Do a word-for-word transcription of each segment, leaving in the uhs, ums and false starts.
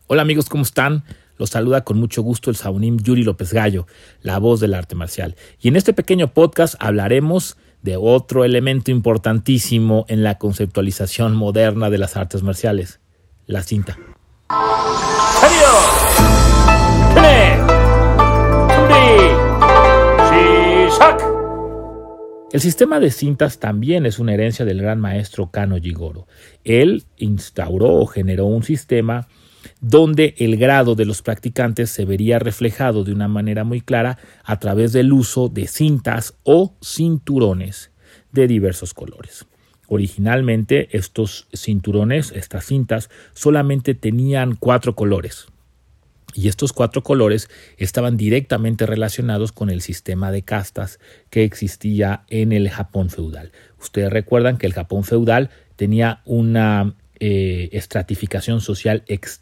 Hola amigos, ¿cómo están? Los saluda con mucho gusto el Sabunim Yuri López Gallo, la voz del arte marcial. Y en este pequeño podcast hablaremos de otro elemento importantísimo en la conceptualización moderna de las artes marciales, la cinta. El sistema de cintas también es una herencia del gran maestro Kano Jigoro. Él instauró o generó un sistema donde el grado de los practicantes se vería reflejado de una manera muy clara a través del uso de cintas o cinturones de diversos colores. Originalmente estos cinturones, estas cintas, solamente tenían cuatro colores. Y estos cuatro colores estaban directamente relacionados con el sistema de castas que existía en el Japón feudal. Ustedes recuerdan que el Japón feudal tenía una eh, estratificación social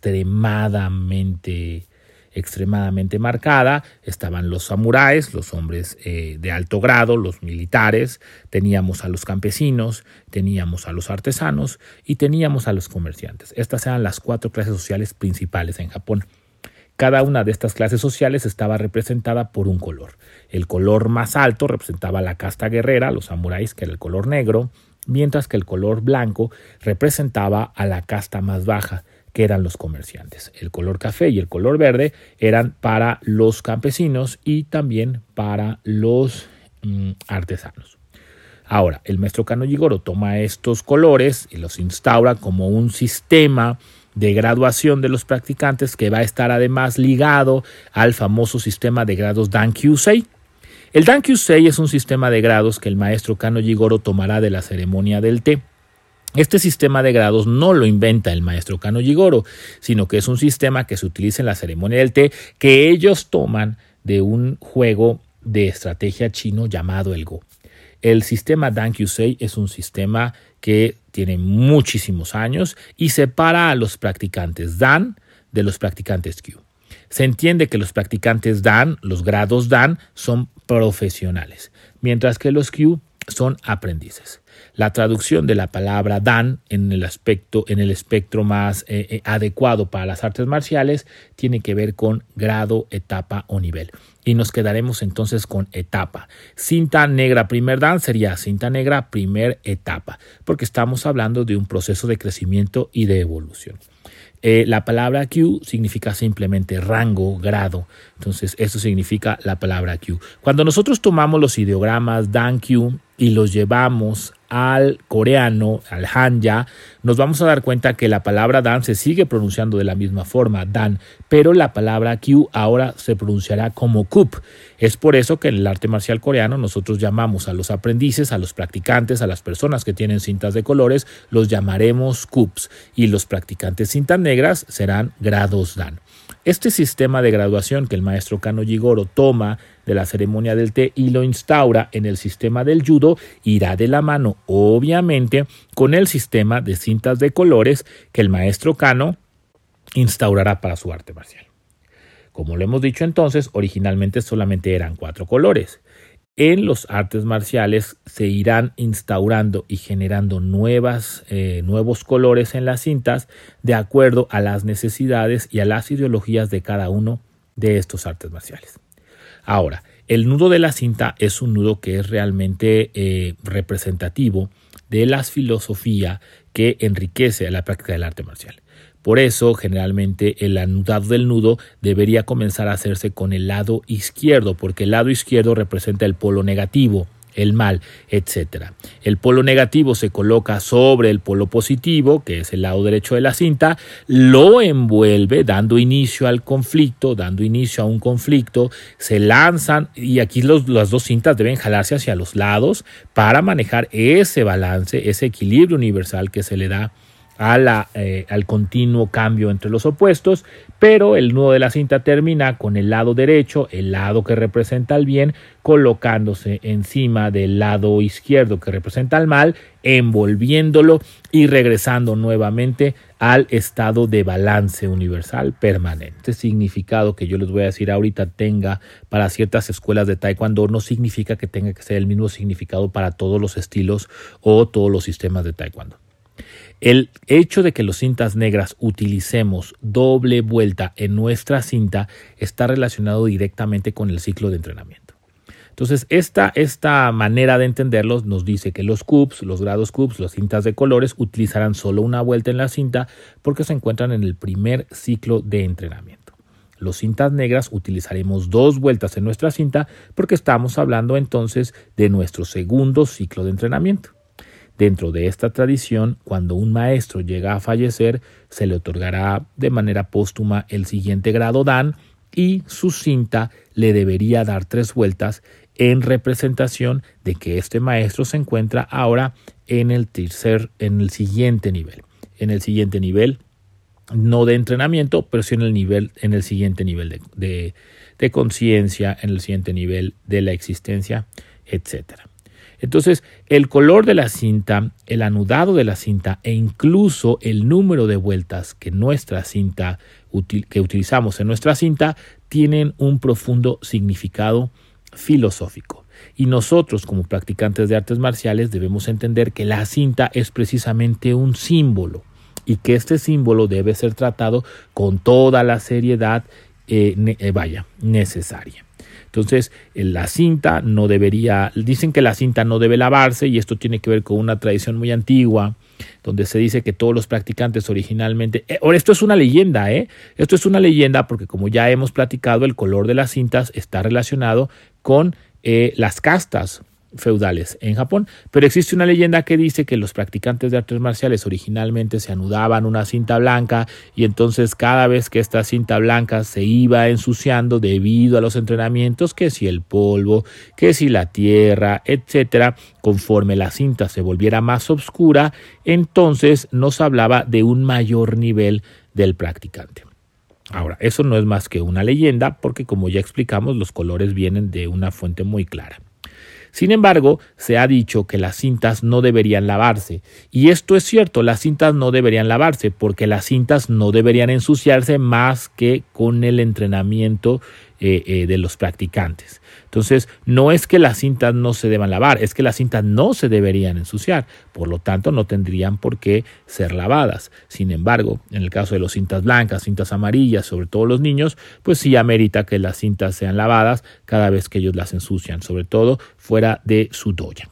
extremadamente, extremadamente marcada. Estaban los samuráis, los hombres eh, de alto grado, los militares, teníamos a los campesinos, teníamos a los artesanos y teníamos a los comerciantes. Estas eran las cuatro clases sociales principales en Japón. Cada una de estas clases sociales estaba representada por un color. El color más alto representaba la casta guerrera, los samuráis, que era el color negro, mientras que el color blanco representaba a la casta más baja, que eran los comerciantes. El color café y el color verde eran para los campesinos y también para los mm, artesanos. Ahora, el maestro Kano Jigoro toma estos colores y los instaura como un sistema de graduación de los practicantes que va a estar además ligado al famoso sistema de grados Dan-Kyusei. El Dan-Kyusei es un sistema de grados que el maestro Kano Jigoro tomará de la ceremonia del té. Este sistema de grados no lo inventa el maestro Kano Jigoro, sino que es un sistema que se utiliza en la ceremonia del té que ellos toman de un juego de estrategia chino llamado el Go. El sistema Dan-Kyusei es un sistema que tiene muchísimos años y separa a los practicantes Dan de los practicantes Kyu. Se entiende que los practicantes Dan, los grados Dan, son profesionales, mientras que los Kyu son aprendices. La traducción de la palabra Dan en el aspecto, en el espectro más eh, eh, adecuado para las artes marciales tiene que ver con grado, etapa o nivel. Y nos quedaremos entonces con etapa. Cinta negra primer Dan sería cinta negra primer etapa, porque estamos hablando de un proceso de crecimiento y de evolución. Eh, la palabra Kyu significa simplemente rango, grado. Entonces, eso significa la palabra Kyu. Cuando nosotros tomamos los ideogramas Dan-Kyu y los llevamos al coreano, al hanja, nos vamos a dar cuenta que la palabra Dan se sigue pronunciando de la misma forma, Dan, pero la palabra Kyu ahora se pronunciará como Kup. Es por eso que en el arte marcial coreano nosotros llamamos a los aprendices, a los practicantes, a las personas que tienen cintas de colores, los llamaremos Kups, y los practicantes cintas negras serán grados Dan. Este sistema de graduación que el maestro Kano Jigoro toma de la ceremonia del té y lo instaura en el sistema del judo irá de la mano, obviamente, con el sistema de cintas de colores que el maestro Kano instaurará para su arte marcial. Como lo hemos dicho entonces, originalmente solamente eran cuatro colores. En los artes marciales se irán instaurando y generando nuevas, eh, nuevos colores en las cintas de acuerdo a las necesidades y a las ideologías de cada uno de estos artes marciales. Ahora, el nudo de la cinta es un nudo que es realmente eh, representativo de la filosofía que enriquece a la práctica del arte marcial. Por eso, generalmente, el anudado del nudo debería comenzar a hacerse con el lado izquierdo, porque el lado izquierdo representa el polo negativo, el mal, etcétera. El polo negativo se coloca sobre el polo positivo, que es el lado derecho de la cinta, lo envuelve dando inicio al conflicto, dando inicio a un conflicto, se lanzan y aquí los, las dos cintas deben jalarse hacia los lados para manejar ese balance, ese equilibrio universal que se le da A la, eh, al continuo cambio entre los opuestos, pero el nudo de la cinta termina con el lado derecho, el lado que representa el bien, colocándose encima del lado izquierdo que representa el mal, envolviéndolo y regresando nuevamente al estado de balance universal permanente. Significado que yo les voy a decir ahorita tenga para ciertas escuelas de taekwondo no significa que tenga que ser el mismo significado para todos los estilos o todos los sistemas de taekwondo. El hecho de que los cintas negras utilicemos doble vuelta en nuestra cinta está relacionado directamente con el ciclo de entrenamiento. Entonces, esta, esta manera de entenderlos nos dice que los cubs, los grados cubs, las cintas de colores utilizarán solo una vuelta en la cinta porque se encuentran en el primer ciclo de entrenamiento. Los cintas negras utilizaremos dos vueltas en nuestra cinta porque estamos hablando entonces de nuestro segundo ciclo de entrenamiento. Dentro de esta tradición, cuando un maestro llega a fallecer, se le otorgará de manera póstuma el siguiente grado Dan y su cinta le debería dar tres vueltas en representación de que este maestro se encuentra ahora en el tercer, en el siguiente nivel. En el siguiente nivel, no de entrenamiento, pero sí en el nivel, en el siguiente nivel de, de, de conciencia, en el siguiente nivel de la existencia, etcétera. Entonces, el color de la cinta, el anudado de la cinta e incluso el número de vueltas que nuestra cinta que utilizamos en nuestra cinta tienen un profundo significado filosófico. Y nosotros, como practicantes de artes marciales, debemos entender que la cinta es precisamente un símbolo y que este símbolo debe ser tratado con toda la seriedad eh, ne- eh, vaya, necesaria. Entonces, la cinta no debería, dicen que la cinta no debe lavarse y esto tiene que ver con una tradición muy antigua donde se dice que todos los practicantes originalmente, eh, ahora esto es una leyenda, ¿eh? Esto es una leyenda porque como ya hemos platicado, el color de las cintas está relacionado con eh, las castas feudales en Japón, pero existe una leyenda que dice que los practicantes de artes marciales originalmente se anudaban una cinta blanca y entonces cada vez que esta cinta blanca se iba ensuciando debido a los entrenamientos, que si el polvo, que si la tierra, etcétera, conforme la cinta se volviera más oscura, entonces nos hablaba de un mayor nivel del practicante. Ahora, eso no es más que una leyenda porque, como ya explicamos, los colores vienen de una fuente muy clara. Sin embargo, se ha dicho que las cintas no deberían lavarse. Y esto es cierto, las cintas no deberían lavarse porque las cintas no deberían ensuciarse más que con el entrenamiento eh, eh, de los practicantes. Entonces, no es que las cintas no se deban lavar, es que las cintas no se deberían ensuciar. Por lo tanto, no tendrían por qué ser lavadas. Sin embargo, en el caso de las cintas blancas, cintas amarillas, sobre todo los niños, pues sí amerita que las cintas sean lavadas cada vez que ellos las ensucian, sobre todo fuera de su doyan.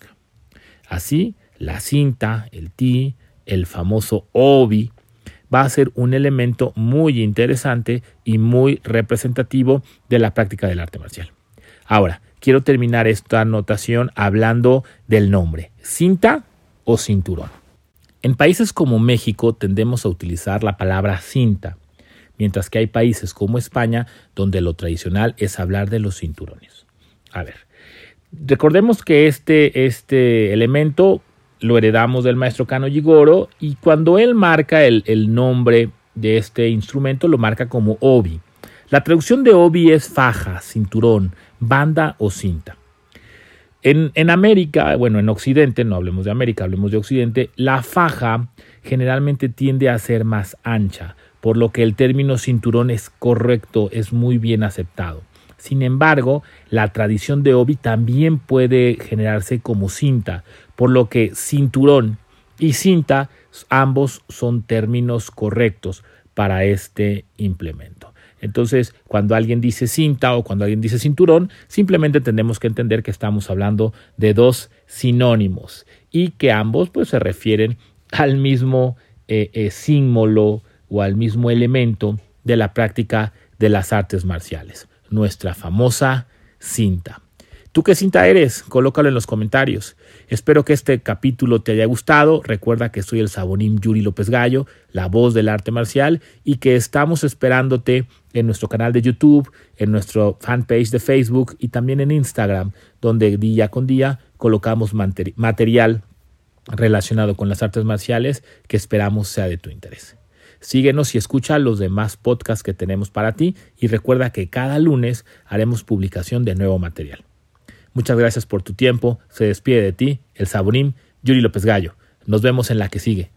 Así, la cinta, el ti, el famoso obi, va a ser un elemento muy interesante y muy representativo de la práctica del arte marcial. Ahora, quiero terminar esta anotación hablando del nombre, cinta o cinturón. En países como México tendemos a utilizar la palabra cinta, mientras que hay países como España donde lo tradicional es hablar de los cinturones. A ver, recordemos que este, este elemento lo heredamos del maestro Kano Jigoro y cuando él marca el, el nombre de este instrumento lo marca como obi. La traducción de obi es faja, cinturón, banda o cinta. En, en América, bueno, en Occidente, no hablemos de América, hablemos de Occidente, la faja generalmente tiende a ser más ancha, por lo que el término cinturón es correcto, es muy bien aceptado. Sin embargo, la tradición de obi también puede generarse como cinta, por lo que cinturón y cinta ambos son términos correctos para este implemento. Entonces, cuando alguien dice cinta o cuando alguien dice cinturón, simplemente tenemos que entender que estamos hablando de dos sinónimos y que ambos pues, se refieren al mismo eh, eh, símbolo o al mismo elemento de la práctica de las artes marciales, nuestra famosa cinta. ¿Tú qué cinta eres? Colócalo en los comentarios. Espero que este capítulo te haya gustado. Recuerda que soy el Sabonim Yuri López Gallo, la voz del arte marcial, y que estamos esperándote en nuestro canal de YouTube, en nuestro fanpage de Facebook y también en Instagram, donde día con día colocamos materi- material relacionado con las artes marciales que esperamos sea de tu interés. Síguenos y escucha los demás podcasts que tenemos para ti y recuerda que cada lunes haremos publicación de nuevo material. Muchas gracias por tu tiempo. Se despide de ti el Sabonim Yuri López Gallo. Nos vemos en la que sigue.